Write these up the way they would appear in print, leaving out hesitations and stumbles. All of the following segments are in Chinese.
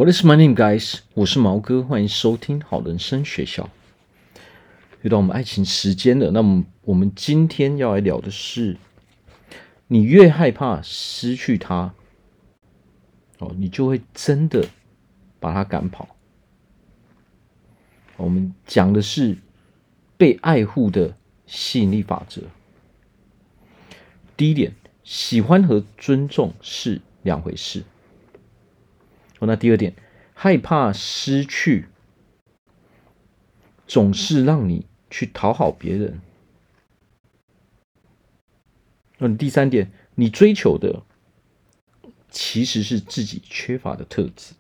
What is my name, guys？ 我是毛哥，欢迎收听好人生学校。又到我们爱情时间了，那么我们今天要来聊的是，你越害怕失去他，你就会真的把他赶跑。我们讲的是被爱护的吸引力法则。第一点，喜欢和尊重是两回事。那第二点，害怕失去总是让你去讨好别人。第三点，你追求的其实是自己缺乏的特质。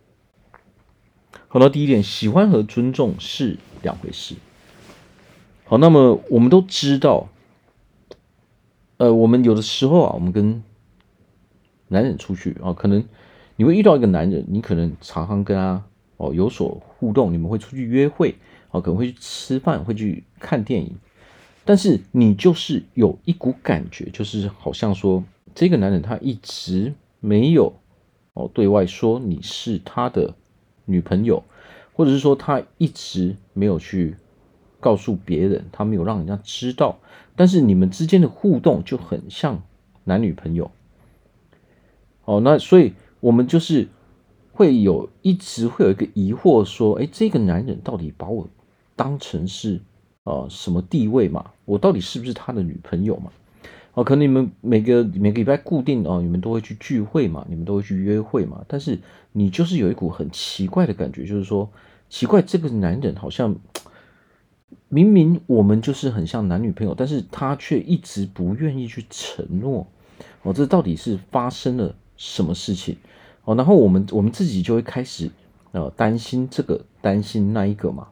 好，那第一点，喜欢和尊重是两回事。好，那么我们都知道，我们有的时候我们跟男人出去可能你会遇到一个男人，你可能常常跟他有所互动，你们会出去约会可能会去吃饭，会去看电影，但是你就是有一股感觉，就是好像说这个男人他一直没有对外说你是他的女朋友，或者是说他一直没有去告诉别人，他没有让人家知道，但是你们之间的互动就很像男女朋友。那所以我们就是一直会有一个疑惑说，这个男人到底把我当成是什么地位嘛？我到底是不是他的女朋友嘛？可能你们每个礼拜固定你们都会去聚会嘛，你们都会去约会嘛，但是你就是有一股很奇怪的感觉，就是说奇怪，这个男人好像明明我们就是很像男女朋友，但是他却一直不愿意去承诺这到底是发生了什么事情然后我们自己就会开始担心这个担心那一个嘛，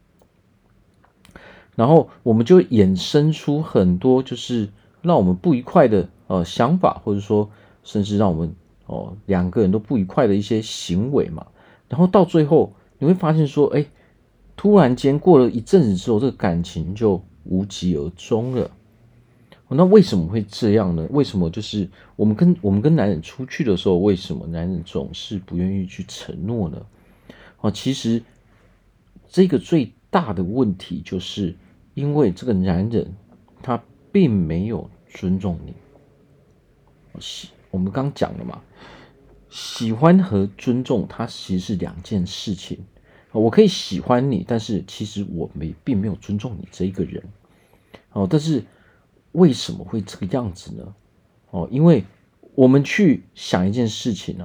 然后我们就会衍生出很多就是让我们不愉快的想法，或者说甚至让我们两个人都不愉快的一些行为嘛，然后到最后你会发现说，突然间过了一阵子之后，这个感情就无疾而终了。那为什么会这样呢？为什么就是我们跟男人出去的时候，为什么男人总是不愿意去承诺呢？其实这个最大的问题就是因为这个男人他并没有尊重你。我们刚讲了嘛，喜欢和尊重它其实是两件事情。我可以喜欢你，但是其实我并没有尊重你这一个人。但是为什么会这个样子呢？因为我们去想一件事情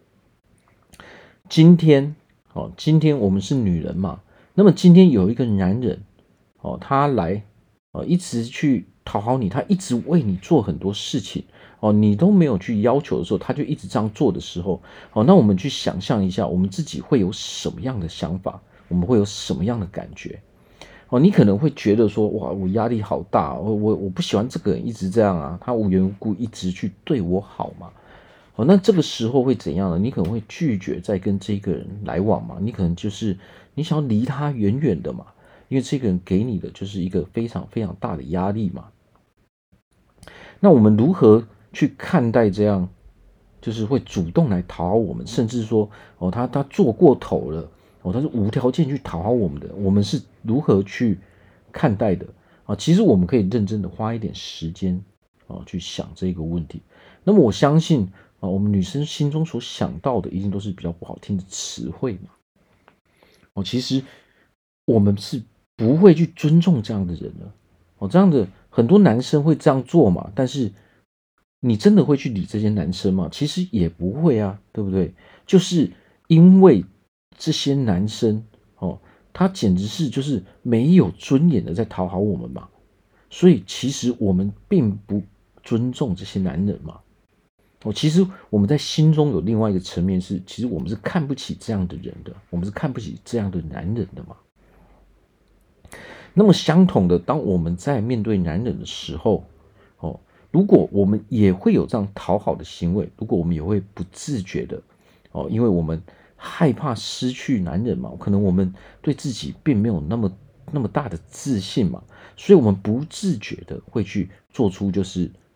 今天我们是女人嘛，那么今天有一个男人他来一直去讨好你，他一直为你做很多事情你都没有去要求的时候，他就一直这样做的时候那我们去想象一下，我们自己会有什么样的想法，我们会有什么样的感觉你可能会觉得说，哇，我压力好大，我不喜欢这个人一直这样他无缘无故一直去对我好嘛那这个时候会怎样呢？你可能会拒绝再跟这个人来往嘛，你可能就是你想要离他远远的嘛，因为这个人给你的就是一个非常非常大的压力嘛。那我们如何去看待这样就是会主动来讨好我们，甚至说他做过头了他是无条件去讨好我们的，我们是如何去看待的其实我们可以认真的花一点时间去想这个问题。那么我相信我们女生心中所想到的一定都是比较不好听的词汇嘛其实我们是不会去尊重这样的人的这样的很多男生会这样做嘛，但是你真的会去理这些男生吗？其实也不会对不对？就是因为这些男生他简直是就是没有尊严的在讨好我们嘛，所以其实我们并不尊重这些男人嘛其实我们在心中有另外一个层面是，其实我们是看不起这样的人的，我们是看不起这样的男人的嘛。那么相同的，当我们在面对男人的时候如果我们也会有这样讨好的行为，如果我们也会不自觉的因为我们害怕失去男人嘛，可能我们对自己并没有那么大的自信嘛，所以我们不自觉的会去做出就是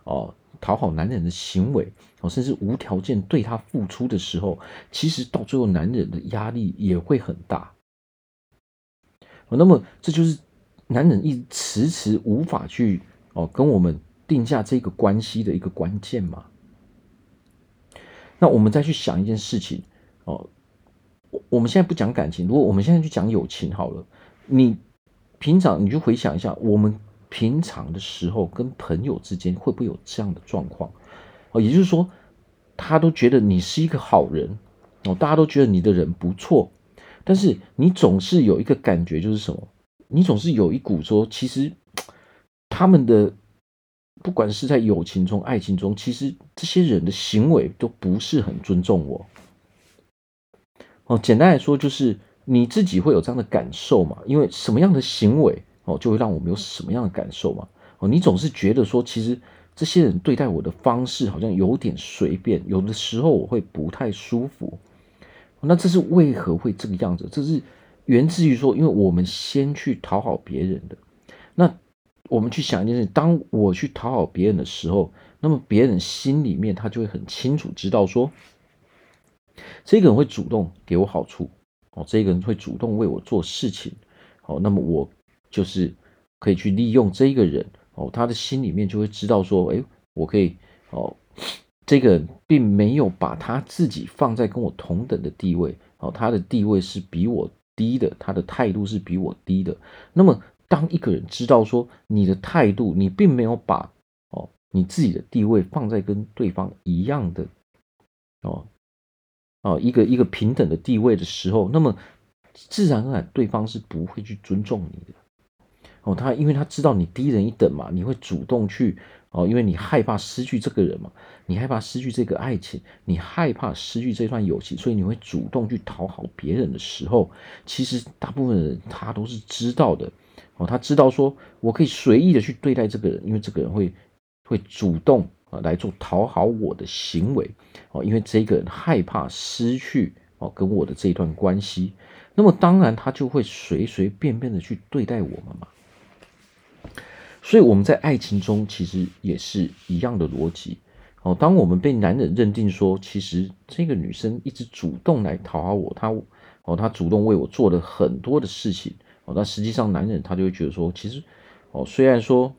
讨好男人的行为，甚至无条件对他付出的时候，其实到最后男人的压力也会很大。那么这就是男人一直迟迟无法去跟我们定下这个关系的一个关键嘛。那我们再去想一件事情我们现在不讲感情，如果我们现在去讲友情好了，你平常你就回想一下，我们平常的时候跟朋友之间会不会有这样的状况？也就是说，他都觉得你是一个好人大家都觉得你的人不错，但是你总是有一个感觉，就是什么？你总是有一股说，其实他们的不管是在友情中、爱情中，其实这些人的行为都不是很尊重我。简单来说，就是你自己会有这样的感受嘛？因为什么样的行为就会让我们有什么样的感受嘛？你总是觉得说，其实这些人对待我的方式好像有点随便，有的时候我会不太舒服。那这是为何会这个样子？这是源自于说，因为我们先去讨好别人的。那我们去想一件事，当我去讨好别人的时候，那么别人心里面他就会很清楚知道说，这个人会主动给我好处这个人会主动为我做事情那么我就是可以去利用这个人他的心里面就会知道说，我可以这个人并没有把他自己放在跟我同等的地位他的地位是比我低的，他的态度是比我低的。那么当一个人知道说你的态度，你并没有把你自己的地位放在跟对方一样的一个平等的地位的时候，那么自然而然对方是不会去尊重你的因为他知道你低人一等嘛，你会主动去因为你害怕失去这个人嘛，你害怕失去这个爱情，你害怕失去这段友情，所以你会主动去讨好别人的时候，其实大部分人他都是知道的他知道说我可以随意的去对待这个人，因为这个人会主动来做讨好我的行为因为这个人害怕失去跟我的这一段关系，那么当然他就会随随便便的去对待我们嘛。所以我们在爱情中其实也是一样的逻辑当我们被男人认定说，其实这个女生一直主动来讨好我，她主动为我做了很多的事情那实际上男人他就会觉得说，其实虽然说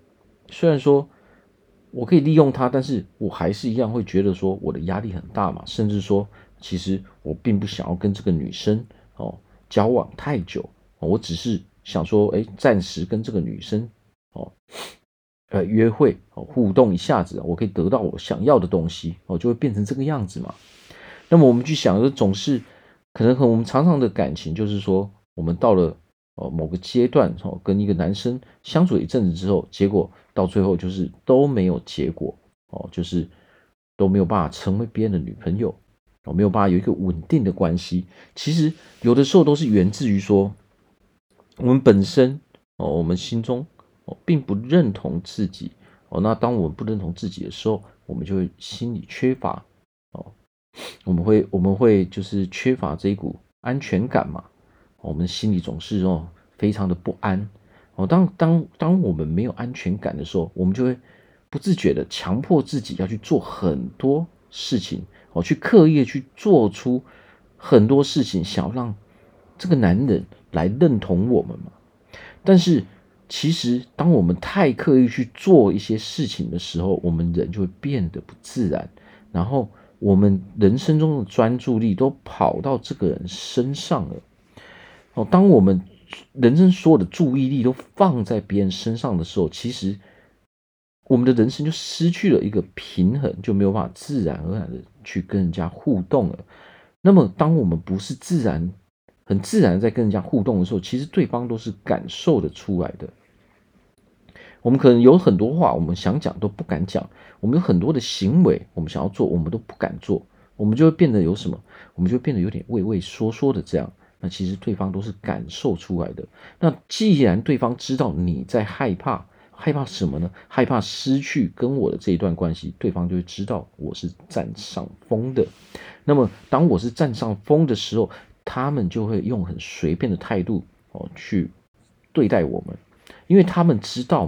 我可以利用她，但是我还是一样会觉得说我的压力很大嘛，甚至说其实我并不想要跟这个女生交往太久我只是想说暂时跟这个女生约会互动一下子我可以得到我想要的东西就会变成这个样子嘛。那么我们去想总是可能我们常常的感情就是说，我们到了某个阶段跟一个男生相处一阵子之后，结果到最后就是都没有结果就是都没有办法成为别人的女朋友没有办法有一个稳定的关系。其实有的时候都是源自于说，我们本身我们心中并不认同自己那当我们不认同自己的时候，我们就会心里缺乏我们会就是缺乏这一股安全感嘛我们心里总是非常的不安当我们没有安全感的时候，我们就会不自觉的强迫自己要去做很多事情去刻意去做出很多事情，想要让这个男人来认同我们嘛。但是其实当我们太刻意去做一些事情的时候，我们人就会变得不自然，然后我们人生中的专注力都跑到这个人身上了当我们人生所有的注意力都放在别人身上的时候，其实我们的人生就失去了一个平衡，就没有办法自然而然的去跟人家互动了。那么当我们不是很自然在跟人家互动的时候，其实对方都是感受得出来的。我们可能有很多话我们想讲都不敢讲，我们有很多的行为我们想要做我们都不敢做，我们就会变得有什么？我们就会变得有点畏畏缩缩的这样。那其实对方都是感受出来的。那既然对方知道你在害怕什么呢？害怕失去跟我的这一段关系，对方就会知道我是占上风的。那么当我是占上风的时候，他们就会用很随便的态度去对待我们，因为他们知道嘛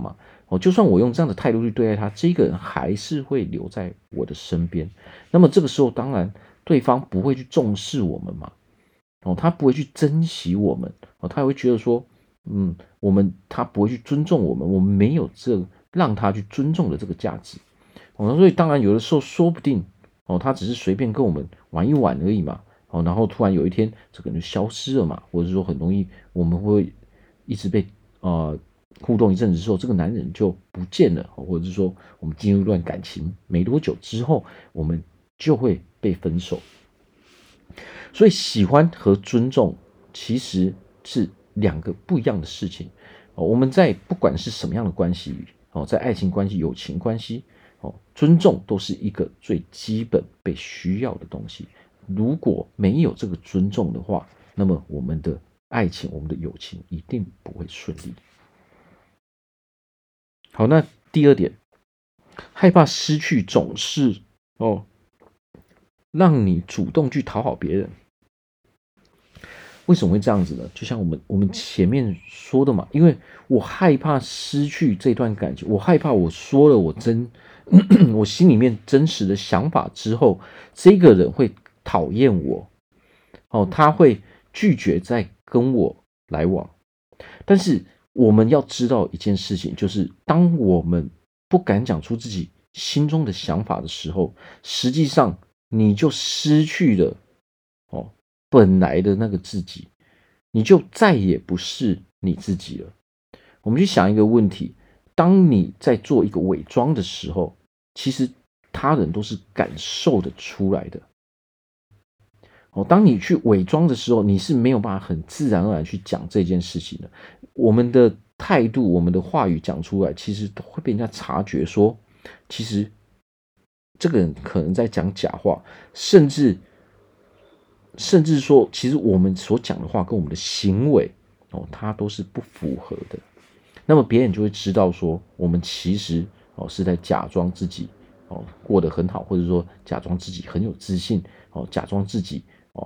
就算我用这样的态度去对待他，这个人还是会留在我的身边。那么这个时候，当然对方不会去重视我们嘛，他不会去珍惜我们，他会觉得说，他不会去尊重我们，我们没有这让他去尊重的这个价值。所以当然有的时候说不定，他只是随便跟我们玩一玩而已嘛，然后突然有一天这个人就消失了嘛，或者说很容易我们会一直被互动一阵子之后，这个男人就不见了，或者是说我们进入一段感情没多久之后，我们就会被分手。所以喜欢和尊重其实是两个不一样的事情。我们在不管是什么样的关系，在爱情关系、友情关系，尊重都是一个最基本被需要的东西。如果没有这个尊重的话，那么我们的爱情、我们的友情一定不会顺利。好，那第二点，害怕失去总是让你主动去讨好别人。为什么会这样子呢？就像我们前面说的嘛，因为我害怕失去这段感情，我害怕我说了我心里面真实的想法之后，这个人会讨厌我，他会拒绝再跟我来往。但是我们要知道一件事情，就是当我们不敢讲出自己心中的想法的时候，实际上你就失去了本来的那个自己，你就再也不是你自己了。我们去想一个问题，当你在做一个伪装的时候，其实他人都是感受得出来的。当你去伪装的时候，你是没有办法很自然而然去讲这件事情的。我们的态度、我们的话语讲出来，其实都会被人家察觉说，其实这个人可能在讲假话，甚至说，其实我们所讲的话跟我们的行为它都是不符合的。那么别人就会知道说，我们其实是在假装自己过得很好，或者说假装自己很有自信假装自己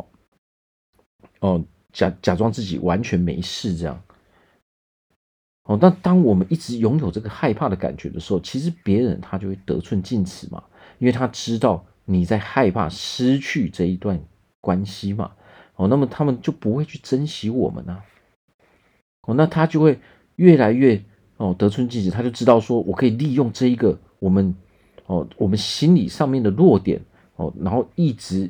假装自己完全没事这样。但当我们一直拥有这个害怕的感觉的时候，其实别人他就会得寸进尺嘛，因为他知道你在害怕失去这一段关系嘛，那么他们就不会去珍惜我们啊，那他就会越来越得寸进尺，他就知道说我可以利用这一个我们心理上面的弱点然后一直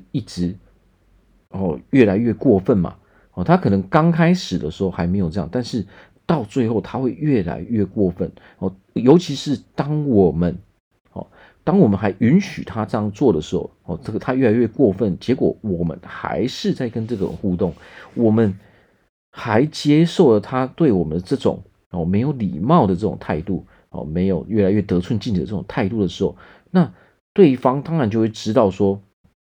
越来越过分嘛，他可能刚开始的时候还没有这样，但是到最后他会越来越过分尤其是当我们还允许他这样做的时候这个他越来越过分，结果我们还是在跟这个人互动，我们还接受了他对我们的这种没有礼貌的这种态度没有越来越得寸进尺的这种态度的时候，那对方当然就会知道说，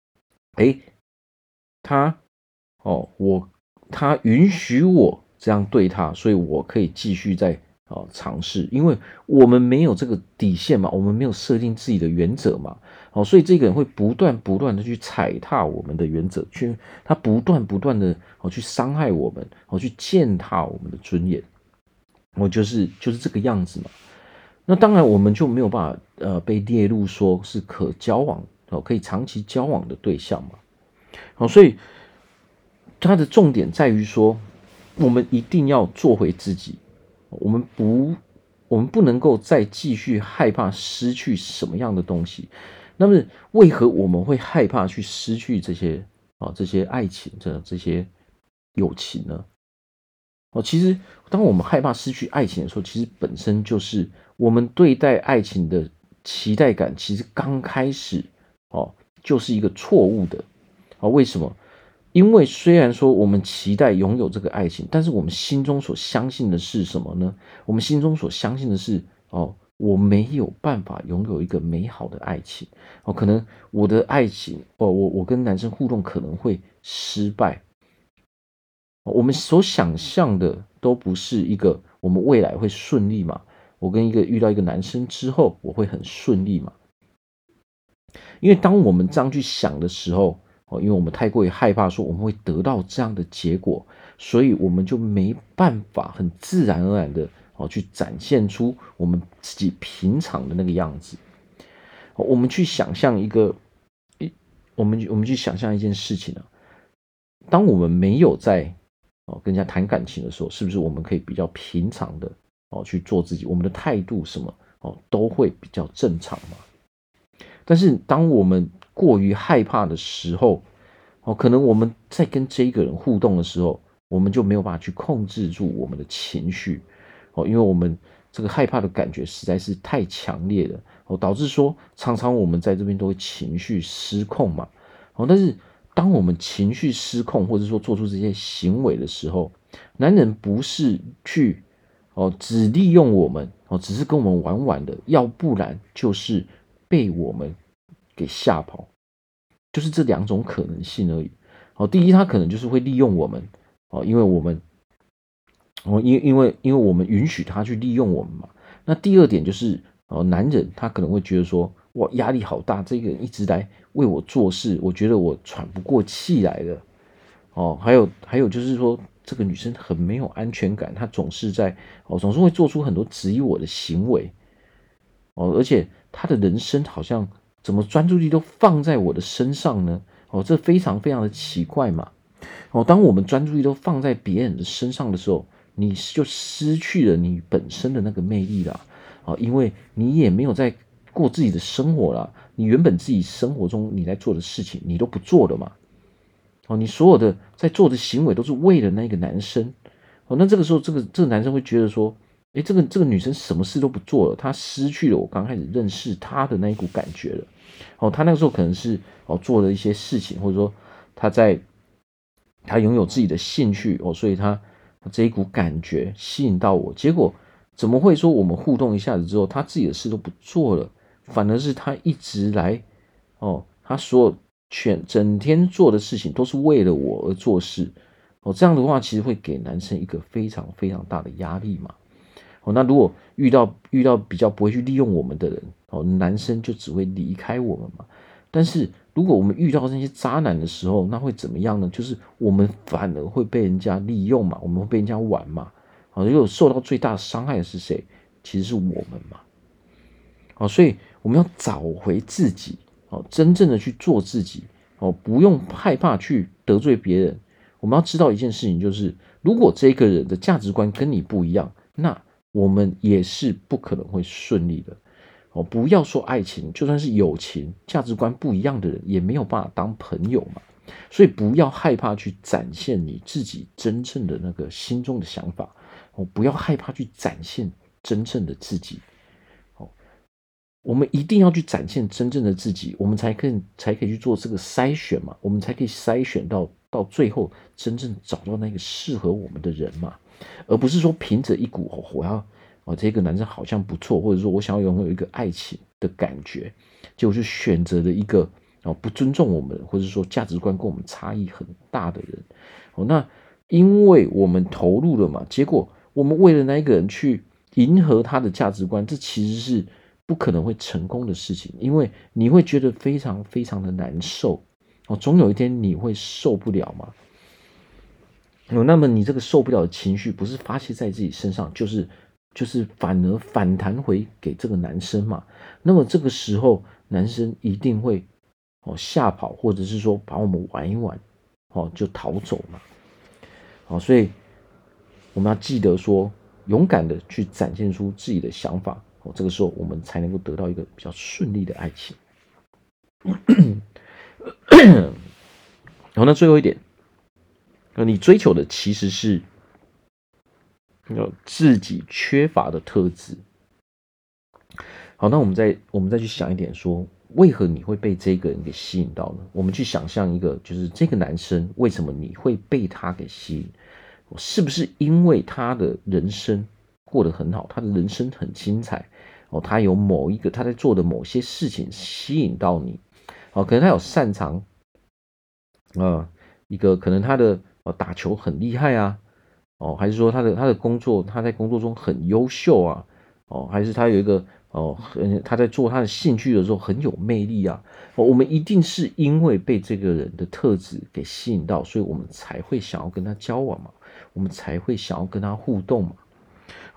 他允许我这样对他，所以我可以继续再尝试，因为我们没有这个底线嘛，我们没有设定自己的原则嘛，所以这个人会不断的去踩踏我们的原则，他不断的去伤害我们，去践踏我们的尊严，就是这个样子嘛。那当然我们就没有办法被列入说是可交往可以长期交往的对象嘛。所以它的重点在于说，我们一定要做回自己，我们不能够再继续害怕失去什么样的东西。那么为何我们会害怕去失去这些爱情这些友情呢？其实当我们害怕失去爱情的时候，其实本身就是我们对待爱情的期待感，其实刚开始就是一个错误的为什么？因为虽然说我们期待拥有这个爱情，但是我们心中所相信的是什么呢？我们心中所相信的是我没有办法拥有一个美好的爱情可能我的爱情我跟男生互动可能会失败。我们所想象的都不是一个我们未来会顺利嘛，我遇到一个男生之后我会很顺利嘛。因为当我们这样去想的时候因为我们太过于害怕说我们会得到这样的结果，所以我们就没办法很自然而然的去展现出我们自己平常的那个样子。我们去想象我们去想象一件事情啊，当我们没有在跟人家谈感情的时候，是不是我们可以比较平常的去做自己，我们的态度什么都会比较正常嘛？但是当我们过于害怕的时候，可能我们在跟这个人互动的时候，我们就没有办法去控制住我们的情绪，因为我们这个害怕的感觉实在是太强烈了，导致说常常我们在这边都会情绪失控嘛，但是当我们情绪失控，或者说做出这些行为的时候，男人不是去只利用我们只是跟我们玩玩的，要不然就是被我们给吓跑，就是这两种可能性而已。第一，他可能就是会利用我们，因为我们因为我们允许他去利用我们嘛。那第二点就是男人他可能会觉得说，哇，压力好大，这个人一直来为我做事，我觉得我喘不过气来了。还有就是说，这个女生很没有安全感，她总是会做出很多质疑我的行为，而且她的人生好像怎么专注力都放在我的身上呢？这非常非常的奇怪嘛。当我们专注力都放在别人的身上的时候，你就失去了你本身的那个魅力啦。因为你也没有在过自己的生活啦，你原本自己生活中你在做的事情，你都不做了嘛。你所有的在做的行为都是为了那个男生。那这个时候，这个男生会觉得说，这个女生什么事都不做了，她失去了我刚开始认识她的那一股感觉了。她那个时候可能是做了一些事情，或者说他拥有自己的兴趣所以他这一股感觉吸引到我，结果怎么会说我们互动一下子之后，他自己的事都不做了，反而是他一直来他所有整天做的事情都是为了我而做事这样的话其实会给男生一个非常非常大的压力嘛。那如果遇到比较不会去利用我们的人男生就只会离开我们嘛。但是如果我们遇到那些渣男的时候，那会怎么样呢？就是我们反而会被人家利用嘛，我们会被人家玩嘛。如果受到最大的伤害的是谁？其实是我们嘛。所以我们要找回自己真正的去做自己不用害怕去得罪别人。我们要知道一件事情，就是如果这个人的价值观跟你不一样，那我们也是不可能会顺利的。不要说爱情，就算是友情，价值观不一样的人也没有办法当朋友嘛。所以不要害怕去展现你自己真正的那个心中的想法不要害怕去展现真正的自己我们一定要去展现真正的自己，我们才可以去做这个筛选嘛，我们才可以筛选到最后真正找到那个适合我们的人嘛，而不是说凭着一股我要这个男生好像不错，或者说我想要拥有一个爱情的感觉，结果就选择了一个不尊重我们，或者说价值观跟我们差异很大的人那因为我们投入了嘛，结果我们为了那一个人去迎合他的价值观，这其实是不可能会成功的事情，因为你会觉得非常非常的难受总有一天你会受不了嘛。那么你这个受不了的情绪不是发泄在自己身上，就是反而反弹回给这个男生嘛。那么这个时候男生一定会吓跑，或者是说把我们玩一玩就逃走嘛。所以我们要记得说，勇敢的去展现出自己的想法这个时候我们才能够得到一个比较顺利的爱情。那最后一点，你追求的其实是自己缺乏的特质。好，那我们再去想一点说，为何你会被这个人给吸引到呢？我们去想象一个，就是这个男生为什么你会被他给吸引？是不是因为他的人生过得很好，他的人生很精彩他有某一个他在做的某些事情吸引到你可能他有擅长一个可能他的打球很厉害啊还是说他的工作他在工作中很优秀啊还是他有一个他在做他的兴趣的时候很有魅力啊我们一定是因为被这个人的特质给吸引到，所以我们才会想要跟他交往嘛，我们才会想要跟他互动嘛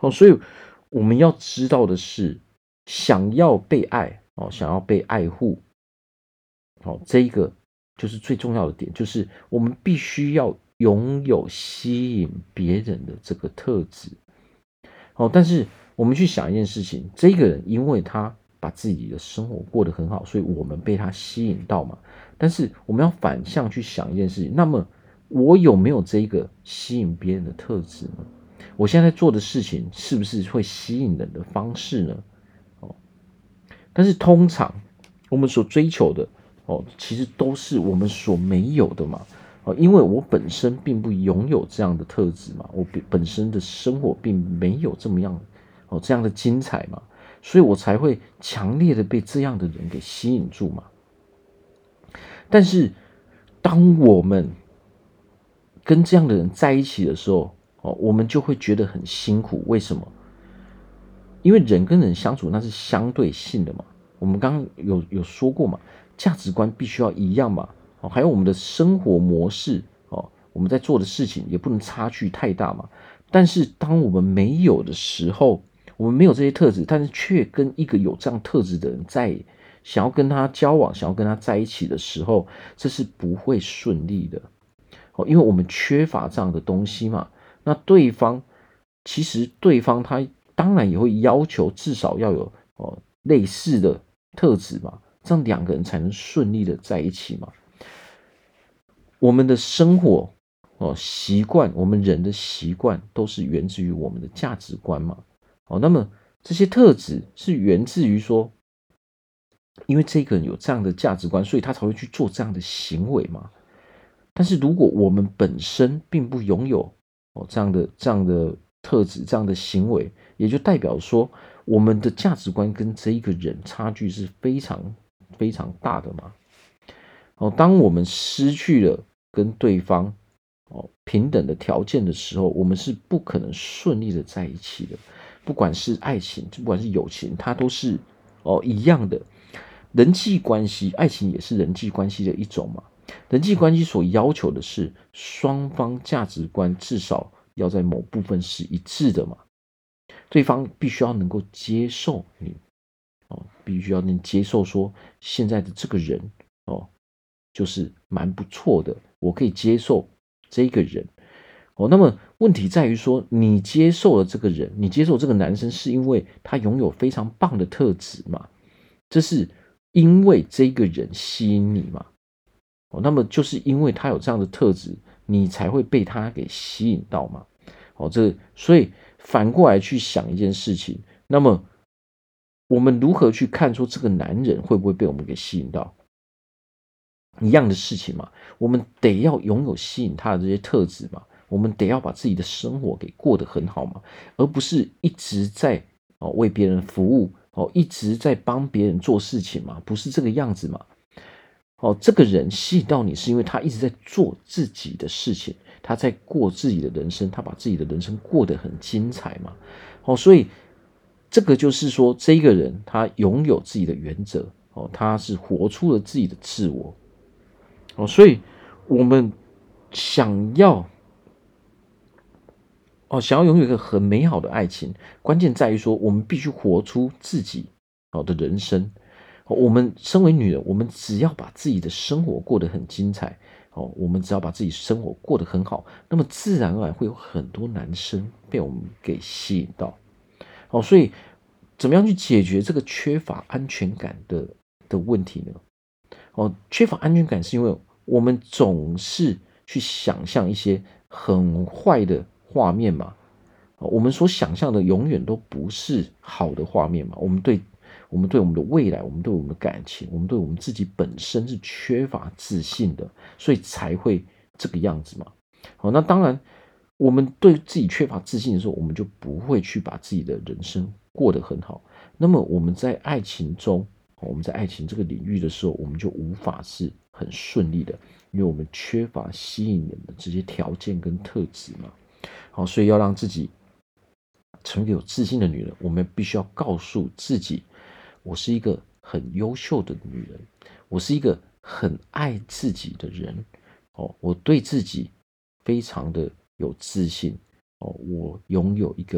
所以我们要知道的是，想要被爱想要被爱护这一个就是最重要的点，就是我们必须要拥有吸引别人的这个特质。但是我们去想一件事情，这个人因为他把自己的生活过得很好，所以我们被他吸引到嘛。但是我们要反向去想一件事情，那么我有没有这个吸引别人的特质呢？我现在做的事情是不是会吸引人的方式呢？但是通常我们所追求的其实都是我们所没有的嘛。因为我本身并不拥有这样的特质嘛，我本身的生活并没有这样的精彩嘛，所以我才会强烈的被这样的人给吸引住嘛。但是当我们跟这样的人在一起的时候我们就会觉得很辛苦。为什么？因为人跟人相处那是相对性的嘛，我们刚刚有说过嘛，价值观必须要一样嘛，还有我们的生活模式我们在做的事情也不能差距太大嘛。但是当我们没有的时候，我们没有这些特质，但是却跟一个有这样特质的人想要跟他交往，想要跟他在一起的时候，这是不会顺利的因为我们缺乏这样的东西嘛。那其实对方他当然也会要求至少要有类似的特质嘛，这样两个人才能顺利的在一起嘛。我们的生活习惯，我们人的习惯都是源自于我们的价值观嘛。那么这些特质是源自于说，因为这个人有这样的价值观，所以他才会去做这样的行为嘛。但是如果我们本身并不拥有这样的特质，这样的行为，也就代表说我们的价值观跟这一个人差距是非常非常大的嘛。当我们失去了跟对方平等的条件的时候，我们是不可能顺利的在一起的。不管是爱情，不管是友情，它都是一样的。人际关系，爱情也是人际关系的一种嘛。人际关系所要求的是双方价值观至少要在某部分是一致的嘛。对方必须要能够接受你必须要能接受说现在的这个人就是蛮不错的，我可以接受这个人那么问题在于说，你接受了这个人，你接受这个男生是因为他拥有非常棒的特质嘛？这是因为这个人吸引你嘛？那么就是因为他有这样的特质，你才会被他给吸引到嘛？所以反过来去想一件事情，那么我们如何去看说这个男人会不会被我们给吸引到？一样的事情嘛，我们得要拥有吸引他的这些特质嘛，我们得要把自己的生活给过得很好嘛，而不是一直在为别人服务一直在帮别人做事情嘛，不是这个样子嘛。这个人吸引到你是因为他一直在做自己的事情，他在过自己的人生，他把自己的人生过得很精彩嘛。所以这个就是说，这个人他拥有自己的原则他是活出了自己的自我所以我们想要拥有一个很美好的爱情，关键在于说，我们必须活出自己的人生。我们身为女人，我们只要把自己的生活过得很精彩我们只要把自己生活过得很好，那么自然而然会有很多男生被我们给吸引到所以怎么样去解决这个缺乏安全感的问题呢？缺乏安全感是因为我们总是去想象一些很坏的画面嘛，我们所想象的永远都不是好的画面嘛。我们对我们的未来，我们对我们的感情，我们对我们自己本身是缺乏自信的，所以才会这个样子嘛。那当然，我们对自己缺乏自信的时候，我们就不会去把自己的人生过得很好。那么我们在爱情中，我们在爱情这个领域的时候，我们就无法是很顺利的，因为我们缺乏吸引人的这些条件跟特质嘛。所以要让自己成为有自信的女人，我们必须要告诉自己，我是一个很优秀的女人，我是一个很爱自己的人我对自己非常的有自信我拥有一个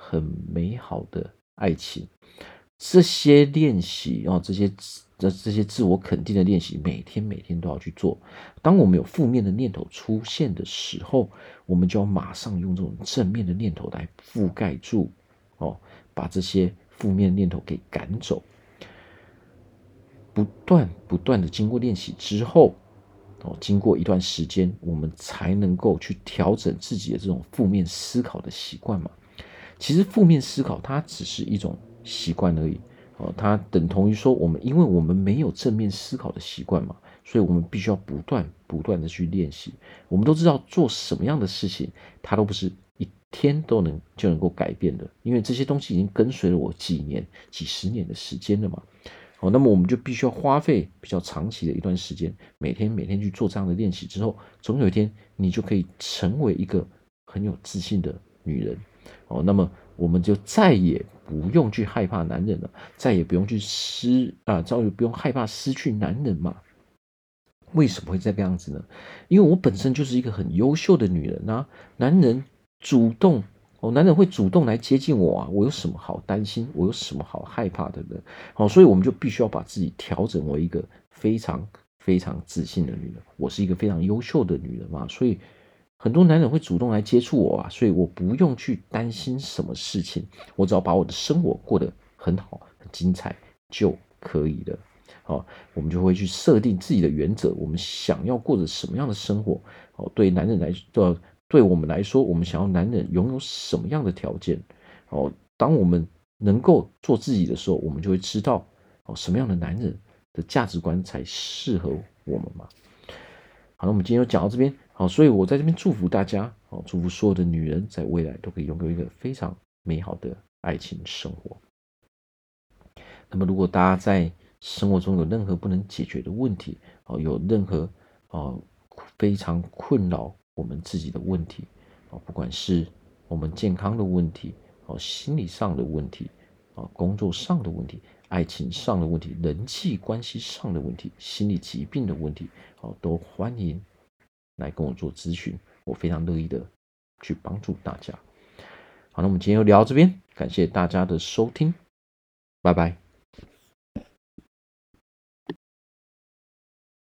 很美好的爱情。这些练习这些自我肯定的练习，每天都要去做。当我们有负面的念头出现的时候，我们就要马上用这种正面的念头来覆盖住，把这些负面念头给赶走。不断的经过练习之后，经过一段时间，我们才能够去调整自己的这种负面思考的习惯嘛。其实负面思考它只是一种习惯而已，它等同于说因为我们没有正面思考的习惯嘛，所以我们必须要不断的去练习。我们都知道做什么样的事情，它都不是一天就能够改变的，因为这些东西已经跟随了我几年、几十年的时间了嘛。那么我们就必须要花费比较长期的一段时间，每天去做这样的练习之后，总有一天你就可以成为一个很有自信的女人。那么我们就再也不用去害怕男人了，再也不用害怕失去男人嘛。为什么会这个样子呢？因为我本身就是一个很优秀的女人啊，男人会主动来接近我啊，我有什么好担心？我有什么好害怕的呢？所以我们就必须要把自己调整为一个非常自信的女人。我是一个非常优秀的女人嘛，所以很多男人会主动来接触我啊，所以我不用去担心什么事情，我只要把我的生活过得很好、很精彩就可以了。我们就会去设定自己的原则，我们想要过着什么样的生活？对我们来说，我们想要男人拥有什么样的条件？当我们能够做自己的时候，我们就会知道什么样的男人的价值观才适合我们嘛。好，那我们今天就讲到这边。所以我在这边祝福大家，祝福所有的女人在未来都可以拥有一个非常美好的爱情生活。那么，如果大家在生活中有任何不能解决的问题，有任何非常困扰我们自己的问题，不管是我们健康的问题，心理上的问题，工作上的问题，爱情上的问题，人际关系上的问题，心理疾病的问题，都欢迎来跟我做咨询，我非常乐意的去帮助大家。好，那我们今天就聊到这边，感谢大家的收听，拜拜。